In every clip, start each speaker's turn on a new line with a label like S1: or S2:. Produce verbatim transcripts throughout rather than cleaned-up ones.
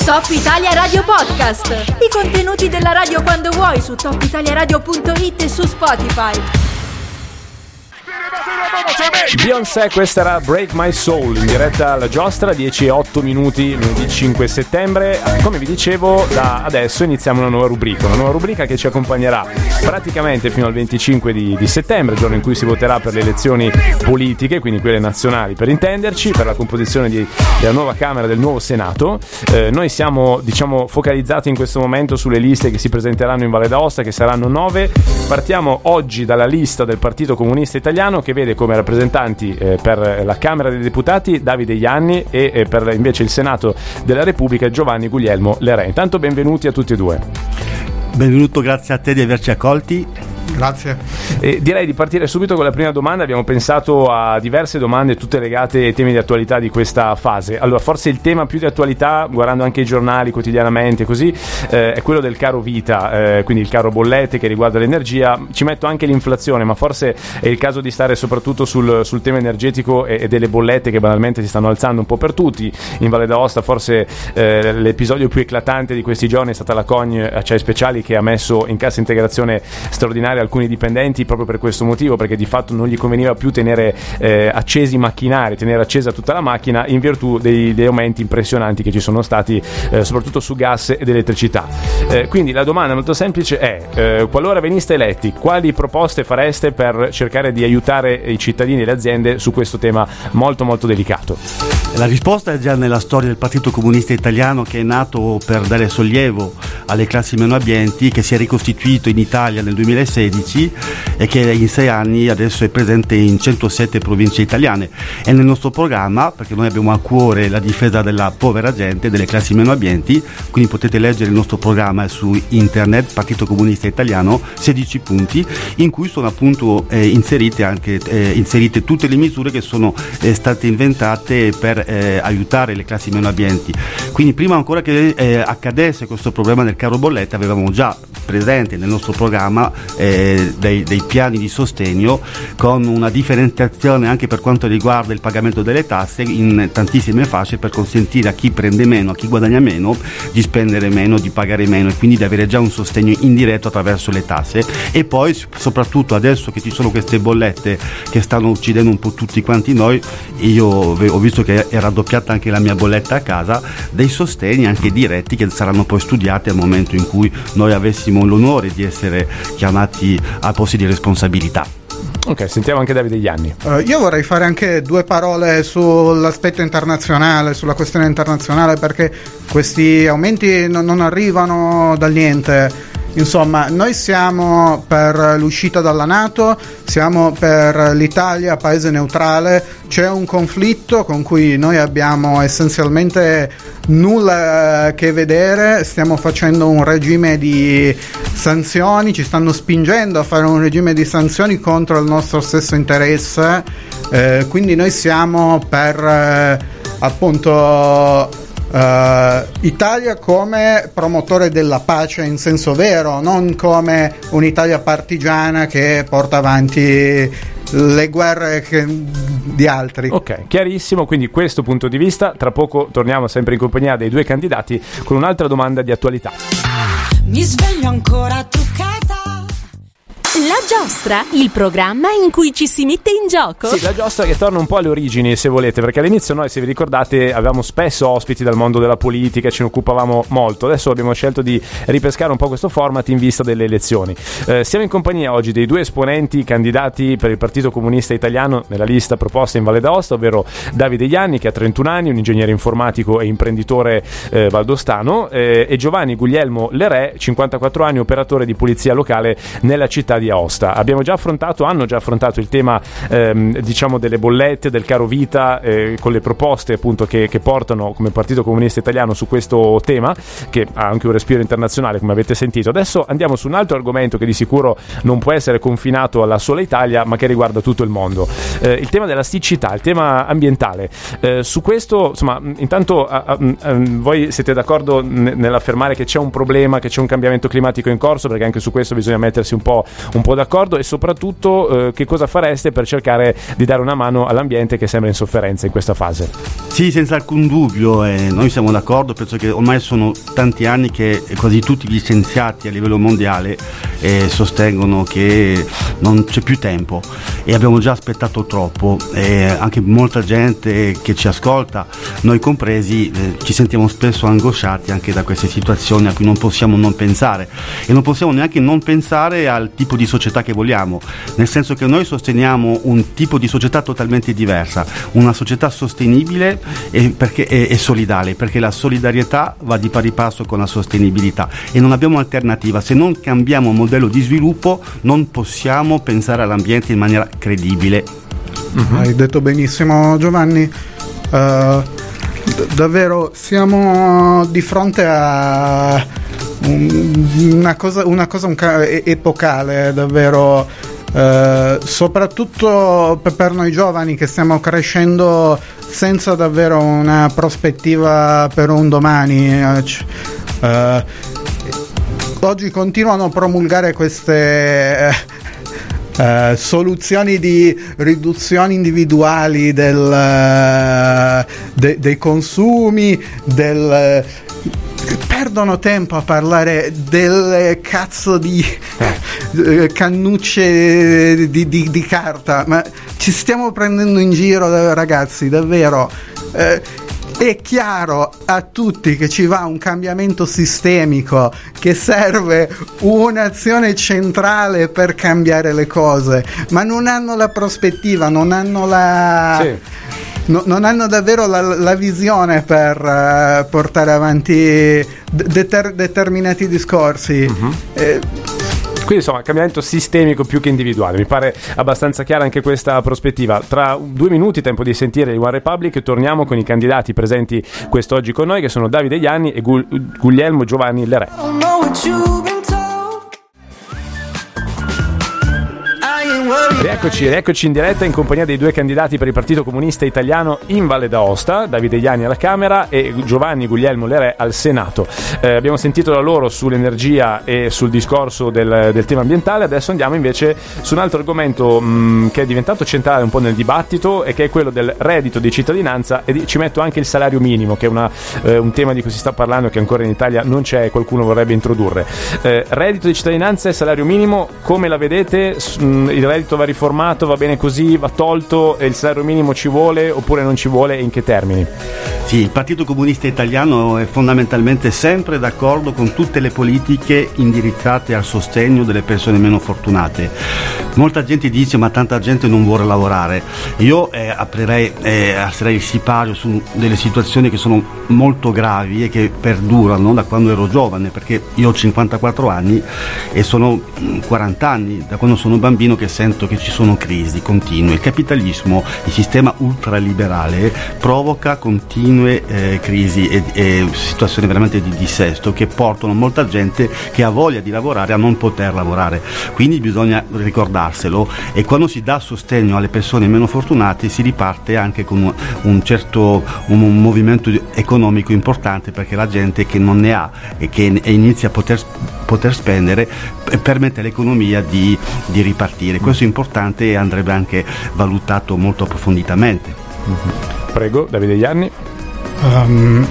S1: Top Italia Radio Podcast. I contenuti della radio quando vuoi su top italia radio punto it e su Spotify.
S2: Beyoncé, questa era Break My Soul, in diretta alla giostra, dieci e otto minuti, lunedì cinque settembre. Come vi dicevo, da adesso iniziamo una nuova rubrica, una nuova rubrica che ci accompagnerà praticamente fino al venticinque di, di settembre, giorno in cui si voterà per le elezioni politiche, quindi quelle nazionali per intenderci, per la composizione di, della nuova Camera, del nuovo Senato. Eh, noi siamo, diciamo, focalizzati in questo momento sulle liste che si presenteranno in Valle d'Aosta, che saranno nove. Partiamo oggi dalla lista del Partito Comunista Italiano, che vede come rappresentanti eh, per la Camera dei Deputati Davide Ianni e eh, per invece il Senato della Repubblica Giovanni Guglielmo Lerè. Intanto benvenuti a tutti e due.
S3: Benvenuto, grazie a te di averci accolti.
S4: Grazie.
S2: E direi di partire subito con la prima domanda. Abbiamo pensato a diverse domande, tutte legate ai temi di attualità di questa fase. Allora, forse il tema più di attualità, guardando anche i giornali quotidianamente così, eh, è quello del caro vita, eh, quindi il caro bollette che riguarda l'energia. Ci metto anche l'inflazione, ma forse è il caso di stare soprattutto sul, sul tema energetico e, e delle bollette che banalmente si stanno alzando un po' per tutti. In Valle d'Aosta forse eh, l'episodio più eclatante di questi giorni è stata la Cogn Acciai Speciali, che ha messo in cassa integrazione straordinaria alcuni dipendenti proprio per questo motivo, perché di fatto non gli conveniva più tenere eh, accesi i macchinari, tenere accesa tutta la macchina in virtù dei, dei aumenti impressionanti che ci sono stati eh, soprattutto su gas ed elettricità. Eh, quindi la domanda molto semplice è eh, qualora veniste eletti, quali proposte fareste per cercare di aiutare i cittadini e le aziende su questo tema molto molto delicato?
S3: La risposta è già nella storia del Partito Comunista Italiano, che è nato per dare sollievo alle classi meno abbienti, che si è ricostituito in Italia nel duemilasedici e che in sei anni adesso è presente in centosette province italiane. È nel nostro programma, perché noi abbiamo a cuore la difesa della povera gente, delle classi meno abbienti, quindi potete leggere il nostro programma su internet, Partito Comunista Italiano, sedici punti, in cui sono appunto eh, inserite anche eh, inserite tutte le misure che sono eh, state inventate per eh, aiutare le classi meno abbienti. Quindi prima ancora che eh, accadesse questo problema del caro bollette, avevamo già presente nel nostro programma eh, dei, dei piani di sostegno con una differenziazione anche per quanto riguarda il pagamento delle tasse in tantissime fasce, per consentire a chi prende meno, a chi guadagna meno, di spendere meno, di pagare meno e quindi di avere già un sostegno indiretto attraverso le tasse. E poi soprattutto adesso che ci sono queste bollette che stanno uccidendo un po' tutti quanti noi, io ho visto che è raddoppiata anche la mia bolletta a casa, dei sostegni anche diretti che saranno poi studiati al momento in cui noi avessimo l'onore di essere chiamati a posti di responsabilità.
S2: Ok, sentiamo anche Davide Ianni.
S4: Uh, io vorrei fare anche due parole sull'aspetto internazionale, sulla questione internazionale, perché questi aumenti non, non arrivano dal niente. Insomma, noi siamo per l'uscita dalla NATO, siamo per l'Italia paese neutrale. C'è un conflitto con cui noi abbiamo essenzialmente nulla a che vedere, stiamo facendo un regime di sanzioni, ci stanno spingendo a fare un regime di sanzioni contro il nostro stesso interesse, eh, quindi noi siamo per eh, appunto Uh, Italia come promotore della pace in senso vero, non come un'Italia partigiana che porta avanti le guerre che, di altri.
S2: Ok, chiarissimo, quindi questo punto di vista. Tra poco torniamo sempre in compagnia dei due candidati con un'altra domanda di attualità.
S1: Mi sveglio ancora truccata. La giostra, il programma in cui ci si mette in gioco.
S2: Sì, la giostra che torna un po' alle origini, se volete, perché all'inizio noi, se vi ricordate, avevamo spesso ospiti dal mondo della politica, ce ne occupavamo molto. Adesso abbiamo scelto di ripescare un po' questo format in vista delle elezioni. Eh, siamo in compagnia oggi dei due esponenti candidati per il Partito Comunista Italiano nella lista proposta in Valle d'Aosta, ovvero Davide Ianni, che ha trentuno anni, un ingegnere informatico e imprenditore eh, valdostano, eh, e Giovanni Guglielmo Lerè, cinquantaquattro anni, operatore di polizia locale nella città di Aosta. Abbiamo già affrontato, hanno già affrontato il tema ehm, diciamo delle bollette, del caro vita, eh, con le proposte appunto che, che portano come Partito Comunista Italiano su questo tema, che ha anche un respiro internazionale come avete sentito. Adesso andiamo su un altro argomento che di sicuro non può essere confinato alla sola Italia, ma che riguarda tutto il mondo, eh, il tema della siccità, il tema ambientale. Eh, su questo, insomma, intanto a, a, a, voi siete d'accordo n- nell'affermare che c'è un problema, che c'è un cambiamento climatico in corso, perché anche su questo bisogna mettersi un po' un un po' d'accordo, e soprattutto eh, che cosa fareste per cercare di dare una mano all'ambiente che sembra in sofferenza in questa fase?
S3: Sì, senza alcun dubbio, eh, noi siamo d'accordo, penso che ormai sono tanti anni che quasi tutti gli scienziati a livello mondiale eh, sostengono che non c'è più tempo e abbiamo già aspettato troppo, e anche molta gente che ci ascolta, noi compresi, eh, ci sentiamo spesso angosciati anche da queste situazioni a cui non possiamo non pensare, e non possiamo neanche non pensare al tipo di società che vogliamo, nel senso che noi sosteniamo un tipo di società totalmente diversa, una società sostenibile e, perché, e, e solidale, perché la solidarietà va di pari passo con la sostenibilità e non abbiamo alternativa. Se non cambiamo modello di sviluppo non possiamo pensare all'ambiente in maniera credibile.
S4: Mm-hmm. Hai detto benissimo, Giovanni. Uh, d- davvero siamo di fronte a un, una cosa, una cosa un ca- epocale, davvero. Uh, soprattutto per, per noi giovani che stiamo crescendo senza davvero una prospettiva per un domani. Uh, uh, oggi continuano a promulgare queste uh, uh, soluzioni di riduzioni individuali del, uh, de- dei consumi, del uh, perdono tempo a parlare delle cazzo di cannucce di, di, di carta, ma ci stiamo prendendo in giro, ragazzi, davvero. Eh, è chiaro a tutti che ci va un cambiamento sistemico, che serve un'azione centrale per cambiare le cose, ma non hanno la prospettiva, non hanno la... Sì. No, non hanno davvero la, la visione per uh, portare avanti deter, determinati discorsi. Uh-huh. Eh,
S2: Quindi insomma cambiamento sistemico più che individuale, mi pare abbastanza chiara anche questa prospettiva. Tra due minuti, tempo di sentire i One Republic, torniamo con i candidati presenti quest'oggi con noi, che sono Davide Ianni e Gu- Guglielmo Giovanni Le Re. Rieccoci, rieccoci in diretta in compagnia dei due candidati per il Partito Comunista Italiano in Valle d'Aosta, Davide Ianni alla Camera e Giovanni Guglielmo Le Re al Senato. Eh, abbiamo sentito da loro sull'energia e sul discorso del, del tema ambientale. Adesso andiamo invece su un altro argomento mh, che è diventato centrale un po' nel dibattito, e che è quello del reddito di cittadinanza, e di, ci metto anche il salario minimo, che è una, eh, un tema di cui si sta parlando, che ancora in Italia non c'è e qualcuno vorrebbe introdurre. Eh, reddito di cittadinanza e salario minimo, come la vedete? Mh, il reddito va riformato, va bene così, va tolto, e il salario minimo ci vuole oppure non ci vuole, e in che termini?
S3: Sì, il Partito Comunista Italiano è fondamentalmente sempre d'accordo con tutte le politiche indirizzate al sostegno delle persone meno fortunate. Molta gente dice ma tanta gente non vuole lavorare. Io eh, aprirei, eh, alzerei il sipario su delle situazioni che sono molto gravi e che perdurano da quando ero giovane, perché io ho cinquantaquattro anni e sono quaranta anni da quando sono bambino che sento che ci sono crisi continue. Il capitalismo, il sistema ultraliberale, provoca continue eh, crisi e, e situazioni veramente di dissesto che portano molta gente che ha voglia di lavorare a non poter lavorare. Quindi bisogna ricordarselo, e quando si dà sostegno alle persone meno fortunate si riparte anche con un certo un, un movimento economico importante, perché la gente che non ne ha e che inizia a poter, poter spendere permette all'economia di, di ripartire. Questo è importante e andrebbe anche valutato molto approfonditamente.
S2: Prego, Davide Ianni.
S4: Um,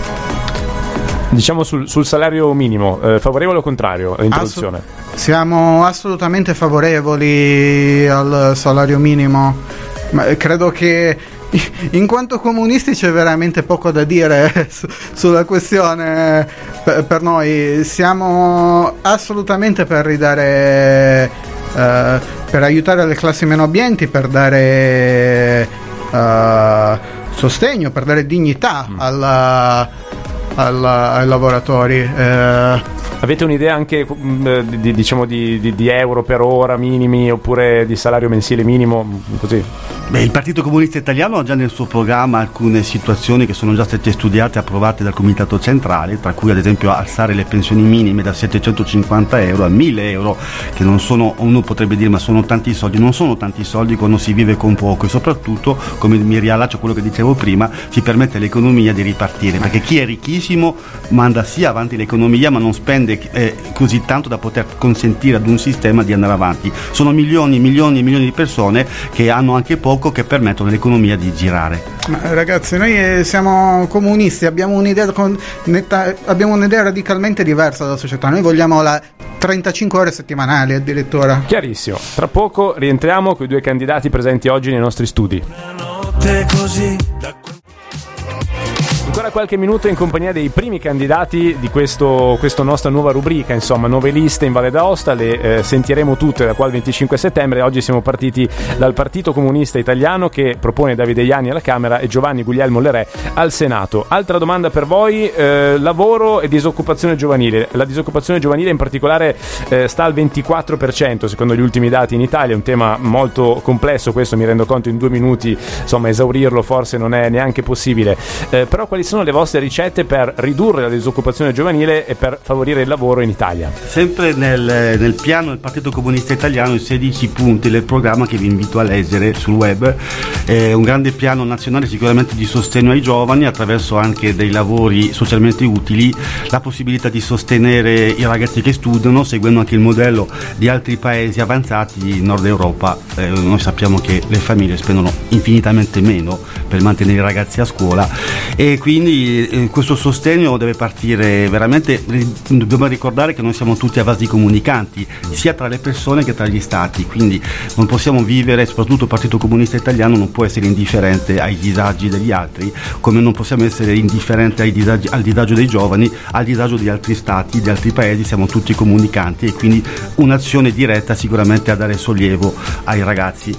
S2: diciamo sul, sul salario minimo, eh, favorevole o contrario all'introduzione?
S4: Assu- siamo assolutamente favorevoli al salario minimo, ma credo che in quanto comunisti c'è veramente poco da dire su, sulla questione. Per, per noi siamo assolutamente per ridare, uh, per aiutare le classi meno abbienti, per dare uh, sostegno, per dare dignità mm. alla, alla, ai lavoratori. Uh,
S2: Avete un'idea anche di, diciamo di, di, di euro per ora minimi, oppure di salario mensile minimo, così?
S3: Beh, il Partito Comunista Italiano ha già nel suo programma alcune situazioni che sono già state studiate e approvate dal Comitato Centrale, tra cui ad esempio alzare le pensioni minime da settecentocinquanta euro a mille euro, che non sono, uno potrebbe dire ma sono tanti soldi, non sono tanti soldi quando si vive con poco, e soprattutto, come mi riallaccio a quello che dicevo prima, si permette all'economia di ripartire, perché chi è ricchissimo manda sì avanti l'economia ma non spende spende eh, così tanto da poter consentire ad un sistema di andare avanti. Sono milioni e milioni e milioni di persone che hanno anche poco, che permettono all'economia di girare.
S4: Ma ragazzi, noi siamo comunisti, abbiamo un'idea, con, netta, abbiamo un'idea radicalmente diversa dalla società. Noi vogliamo la trentacinque ore settimanali addirittura.
S2: Chiarissimo. Tra poco rientriamo con i due candidati presenti oggi nei nostri studi.
S5: Così.
S2: Ancora qualche minuto in compagnia dei primi candidati di questo, questa nostra nuova rubrica, insomma, nuove liste in Valle d'Aosta, le eh, sentiremo tutte da qua al venticinque settembre. Oggi siamo partiti dal Partito Comunista Italiano, che propone Davide Ianni alla Camera e Giovanni Guglielmo Le Re al Senato. Altra domanda per voi, eh, lavoro e disoccupazione giovanile. La disoccupazione giovanile in particolare eh, sta al ventiquattro per cento secondo gli ultimi dati in Italia, un tema molto complesso, questo mi rendo conto, in due minuti insomma esaurirlo forse non è neanche possibile, eh, però quali sono le vostre ricette per ridurre la disoccupazione giovanile e per favorire il lavoro in Italia?
S3: Sempre nel, nel piano del Partito Comunista Italiano, i sedici punti del programma che vi invito a leggere sul web, è un grande piano nazionale sicuramente di sostegno ai giovani attraverso anche dei lavori socialmente utili, la possibilità di sostenere i ragazzi che studiano seguendo anche il modello di altri paesi avanzati in Nord Europa. Eh, noi sappiamo che le famiglie spendono infinitamente meno per mantenere i ragazzi a scuola e quindi eh, questo sostegno deve partire veramente. Dobbiamo ricordare che noi siamo tutti a vasi comunicanti sia tra le persone che tra gli stati, quindi non possiamo vivere, soprattutto il Partito Comunista Italiano non può essere indifferente ai disagi degli altri, come non possiamo essere indifferenti ai disagi, al disagio dei giovani, al disagio di altri stati, di altri paesi. Siamo tutti comunicanti e quindi un'azione diretta sicuramente a dare sollievo ai ragazzi.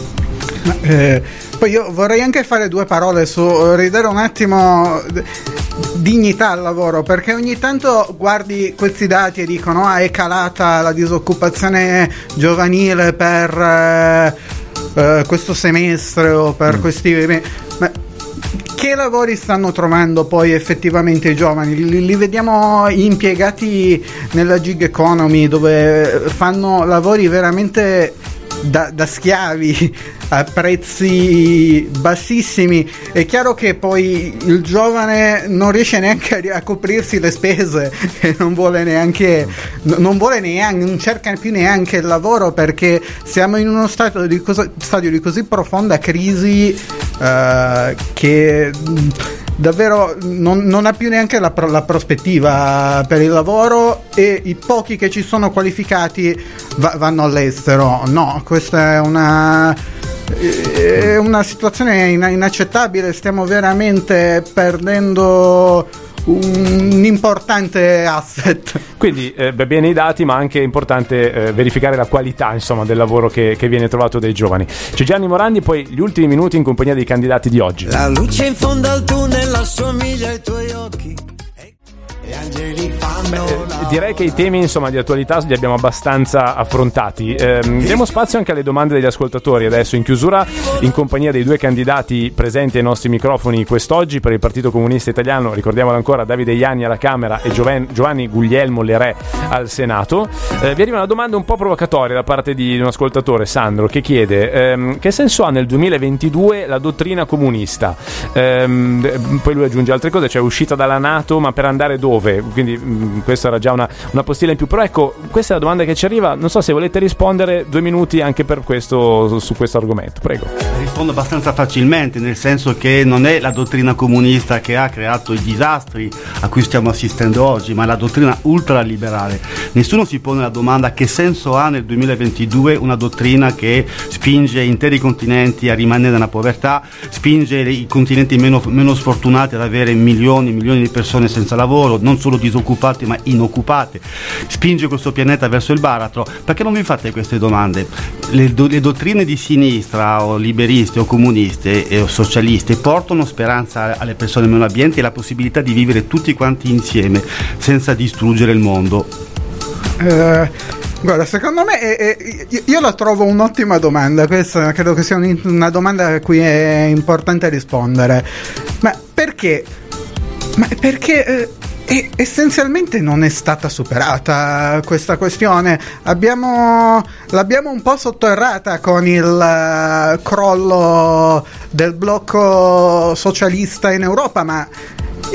S4: Eh, poi io vorrei anche fare due parole su ridare un attimo dignità al lavoro, perché ogni tanto guardi questi dati e dicono ah, è calata la disoccupazione giovanile per eh, eh, questo semestre o per mm. questi ma che lavori stanno trovando poi effettivamente i giovani? Li, li vediamo impiegati nella gig economy, dove fanno lavori veramente Da, da schiavi a prezzi bassissimi. È chiaro che poi il giovane non riesce neanche a, a coprirsi le spese e non vuole neanche non vuole neanche non cerca più neanche il lavoro, perché siamo in uno stato di cosa, stadio di così profonda crisi uh, che davvero non, non ha più neanche la, la prospettiva per il lavoro, e i pochi che ci sono qualificati va, vanno all'estero. No, questa è una è una situazione inaccettabile. Stiamo veramente perdendo un importante asset.
S2: Quindi eh, bene i dati, ma anche è importante eh, verificare la qualità insomma del lavoro che, che viene trovato dai giovani. C'è Gianni Morandi, poi gli ultimi minuti in compagnia dei candidati di oggi.
S5: La luce in fondo al tunnel assomiglia ai tuoi occhi.
S2: Beh, direi che i temi insomma di attualità li abbiamo abbastanza affrontati. Eh, diamo spazio anche alle domande degli ascoltatori adesso in chiusura, in compagnia dei due candidati presenti ai nostri microfoni quest'oggi per il Partito Comunista Italiano. Ricordiamolo ancora, Davide Ianni alla Camera e Gioven- Giovanni Guglielmo Le Re al Senato. Eh, vi arriva una domanda un po' provocatoria da parte di un ascoltatore, Sandro, che chiede ehm, che senso ha nel duemilaventidue la dottrina comunista. Ehm, poi lui aggiunge altre cose, cioè uscita dalla NATO, ma per andare dove? Quindi mh, questa era già una, una postilla in più, però ecco, questa è la domanda che ci arriva. Non so se volete rispondere, due minuti anche per questo, su questo argomento, prego.
S3: Rispondo abbastanza facilmente, nel senso che non è la dottrina comunista che ha creato i disastri a cui stiamo assistendo oggi, ma la dottrina ultraliberale. Nessuno si pone la domanda che senso ha nel duemilaventidue una dottrina che spinge interi continenti a rimanere nella povertà, spinge i continenti meno, meno sfortunati ad avere milioni e milioni di persone senza lavoro, non solo disoccupate ma inoccupate, spinge questo pianeta verso il baratro. Perché non vi fate queste domande? Le, do, le dottrine di sinistra o liberiste o comuniste o socialiste portano speranza alle persone meno abbienti e la possibilità di vivere tutti quanti insieme senza distruggere il mondo.
S4: Uh, guarda, secondo me è, è, io la trovo un'ottima domanda. Questa credo che sia un, una domanda a cui è importante rispondere. Ma perché? Ma perché eh, E essenzialmente non è stata superata questa questione. Abbiamo, l'abbiamo un po' sotterrata con il uh, crollo del blocco socialista in Europa, ma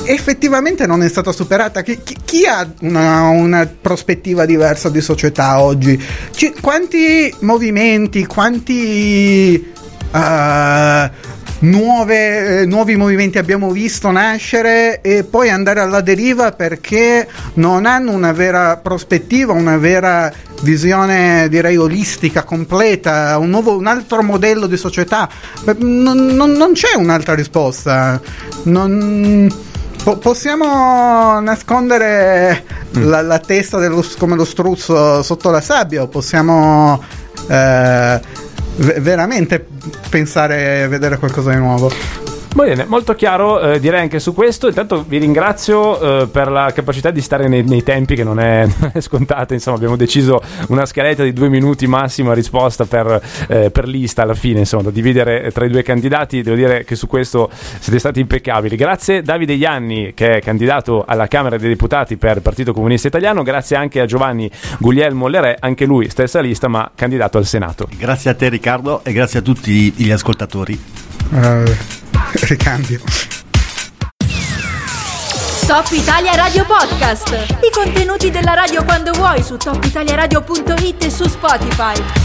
S4: effettivamente non è stata superata. Chi, chi, chi ha una, una prospettiva diversa di società oggi? Ci, quanti movimenti, quanti uh, nuove, eh, nuovi movimenti abbiamo visto nascere e poi andare alla deriva perché non hanno una vera prospettiva, una vera visione, direi, olistica, completa, un nuovo, un altro modello di società. Non, non, non c'è un'altra risposta. Non po- possiamo nascondere mm. la, la testa dello, come lo struzzo sotto la sabbia, o possiamo eh, v- veramente pensare, vedere qualcosa di nuovo.
S2: Va bene, molto chiaro, eh, direi anche su questo. Intanto vi ringrazio eh, per la capacità di stare nei, nei tempi, che non è, non è scontata. Insomma, abbiamo deciso una scaletta di due minuti massimo a risposta per, eh, per lista alla fine, insomma, da dividere tra i due candidati. Devo dire che su questo siete stati impeccabili. Grazie Davide Ianni, che è candidato alla Camera dei Deputati per il Partito Comunista Italiano. Grazie anche a Giovanni Guglielmo Lerè, anche lui stessa lista ma candidato al Senato.
S3: Grazie a te Riccardo e grazie a tutti gli ascoltatori.
S4: Uh, ricambio.
S1: Top Italia Radio Podcast. I contenuti della radio quando vuoi su top italia radio punto it e su Spotify.